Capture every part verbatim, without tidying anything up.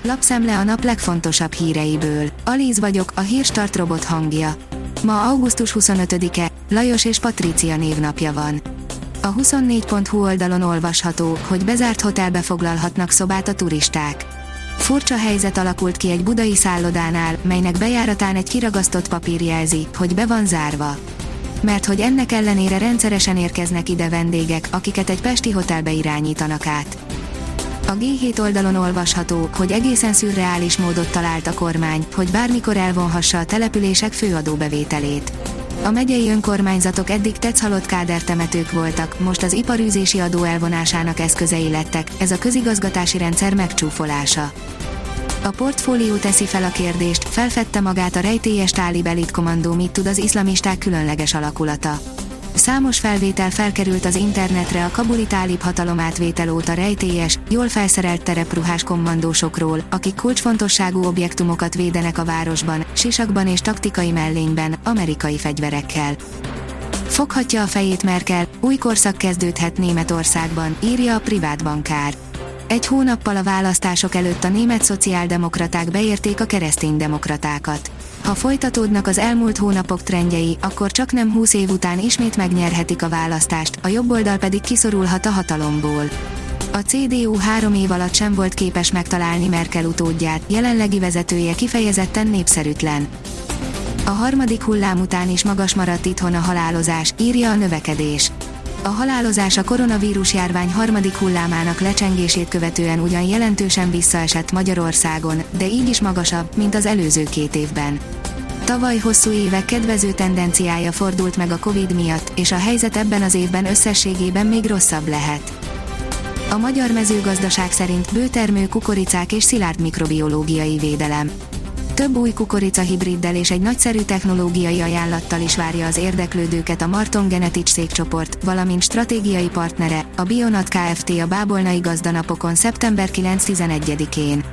Lapszemle a nap legfontosabb híreiből. Alíz vagyok, a Hírstart robot hangja. Ma augusztus huszonötödike, Lajos és Patrícia névnapja van. A huszonnégy pont hu oldalon olvasható, hogy bezárt hotelbe foglalhatnak szobát a turisták. Furcsa helyzet alakult ki egy budai szállodánál, melynek bejáratán egy kiragasztott papír jelzi, hogy be van zárva. Mert hogy ennek ellenére rendszeresen érkeznek ide vendégek, akiket egy pesti hotelbe irányítanak át. A gé hét oldalon olvasható, hogy egészen szürreális módot talált a kormány, hogy bármikor elvonhassa a települések főadóbevételét. A megyei önkormányzatok eddig tetszhalott kádertemetők voltak, most az iparűzési adó elvonásának eszközei lettek, ez a közigazgatási rendszer megcsúfolása. A Portfólió teszi fel a kérdést, felfedte magát a rejtélyes tálib elitkommandó, mit tud az iszlamisták különleges alakulata. Számos felvétel felkerült az internetre a kabuli tálib hatalomátvétel óta rejtélyes, jól felszerelt terepruhás kommandósokról, akik kulcsfontosságú objektumokat védenek a városban, sisakban és taktikai mellényben, amerikai fegyverekkel. Foghatja a fejét Merkel, új korszak kezdődhet Németországban, írja a privát bankár. Egy hónappal a választások előtt a német szociáldemokraták beérték a kereszténydemokratákat. Ha folytatódnak az elmúlt hónapok trendjei, akkor csaknem húsz év után ismét megnyerhetik a választást, a jobboldal pedig kiszorulhat a hatalomból. A cé dé u három év alatt sem volt képes megtalálni Merkel utódját, jelenlegi vezetője kifejezetten népszerűtlen. A harmadik hullám után is magas maradt itthon a halálozás, írja a Növekedés. A halálozás a koronavírus járvány harmadik hullámának lecsengését követően ugyan jelentősen visszaesett Magyarországon, de így is magasabb, mint az előző két évben. Tavaly hosszú évek kedvező tendenciája fordult meg a Covid miatt, és a helyzet ebben az évben összességében még rosszabb lehet. A Magyar Mezőgazdaság szerint bőtermő kukoricák és szilárd mikrobiológiai védelem. Több új kukorica hibriddel és egy nagyszerű technológiai ajánlattal is várja az érdeklődőket a Marton Genetics cégcsoport, valamint stratégiai partnere, a Bionat Kft. A Bábolnai Gazdanapokon szeptember kilenc-tizenegyedikén.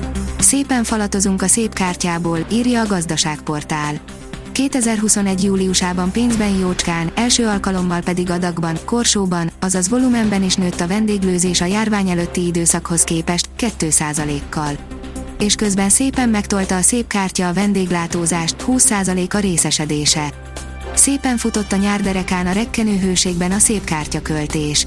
Szépen falatozunk a szép kártyából, írja a Gazdaságportál. kétezer-huszonegy júliusában pénzben jócskán, első alkalommal pedig adagban, korsóban, azaz volumenben is nőtt a vendéglőzés a járvány előtti időszakhoz képest, két százalékkal. És közben szépen megtolta a szép kártya a vendéglátózást, húsz százalék a részesedése. Szépen futott a nyárderekán a rekkenő hőségben a szép kártya költés.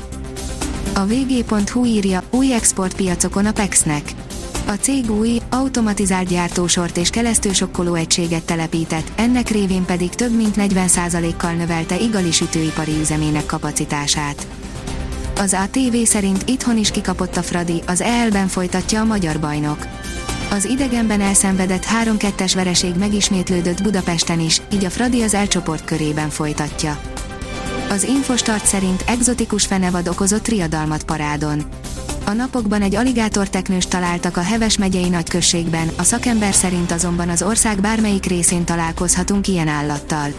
A vg pont hu írja, új exportpiacokon a Pexnek. A cég új, automatizált gyártósort és kelesztősokkoló egységet telepített, ennek révén pedig több mint negyven százalékkal növelte igali sütőipari üzemének kapacitását. Az á té vé szerint itthon is kikapott a Fradi, az é el-ben folytatja a magyar bajnok. Az idegenben elszenvedett három kettes vereség megismétlődött Budapesten is, így a Fradi az E csoportkörében folytatja. Az Infostart szerint egzotikus fenevad okozott riadalmat Parádon. A napokban egy aligátorteknőst találtak a Heves megyei nagyközségben, a szakember szerint azonban az ország bármelyik részén találkozhatunk ilyen állattal.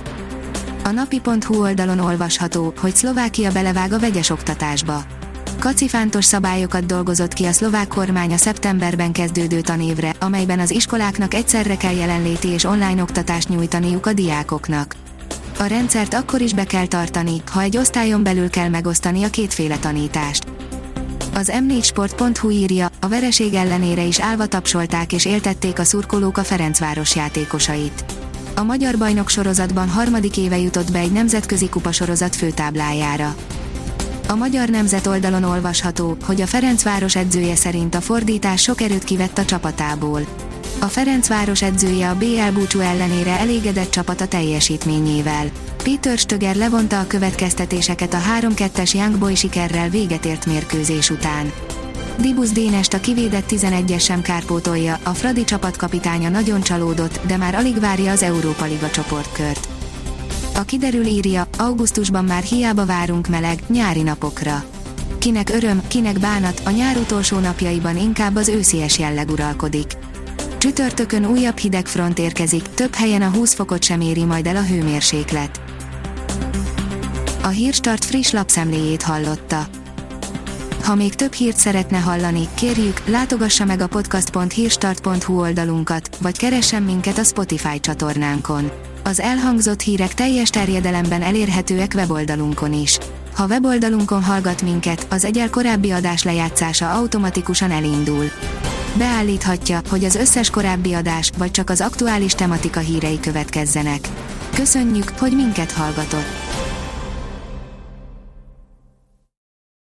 A napi pont hu oldalon olvasható, hogy Szlovákia belevág a vegyes oktatásba. Kacifántos szabályokat dolgozott ki a szlovák kormány a szeptemberben kezdődő tanévre, amelyben az iskoláknak egyszerre kell jelenléti és online oktatást nyújtaniuk a diákoknak. A rendszert akkor is be kell tartani, ha egy osztályon belül kell megosztani a kétféle tanítást. Az em négy sport pont hu írja, a vereség ellenére is állva tapsolták és éltették a szurkolók a Ferencváros játékosait. A magyar bajnok sorozatban harmadik éve jutott be egy nemzetközi kupasorozat főtáblájára. A Magyar Nemzet oldalon olvasható, hogy a Ferencváros edzője szerint a fordítás sok erőt kivett a csapatából. A Ferencváros edzője a bé el búcsú ellenére elégedett csapata teljesítményével. Péter Stöger levonta a következtetéseket a három kettes Young Boy sikerrel véget ért mérkőzés után. Dibusz Dénest a kivédett tizenegyes sem kárpótolja, a Fradi csapatkapitánya nagyon csalódott, de már alig várja az Európa Liga csoportkört. A Kiderül írja, augusztusban már hiába várunk meleg, nyári napokra. Kinek öröm, kinek bánat, a nyár utolsó napjaiban inkább az őszies jelleg uralkodik. Csütörtökön újabb hideg front érkezik, több helyen a húsz fokot sem éri majd el a hőmérséklet. A Hírstart friss lapszemléjét hallotta. Ha még több hírt szeretne hallani, kérjük, látogassa meg a podcast pont hírstart pont hu oldalunkat, vagy keressen minket a Spotify csatornánkon. Az elhangzott hírek teljes terjedelemben elérhetőek weboldalunkon is. Ha weboldalunkon hallgat minket, az egyel korábbi adás lejátszása automatikusan elindul. Beállíthatja, hogy az összes korábbi adás, vagy csak az aktuális tematika hírei következzenek. Köszönjük, hogy minket hallgatott!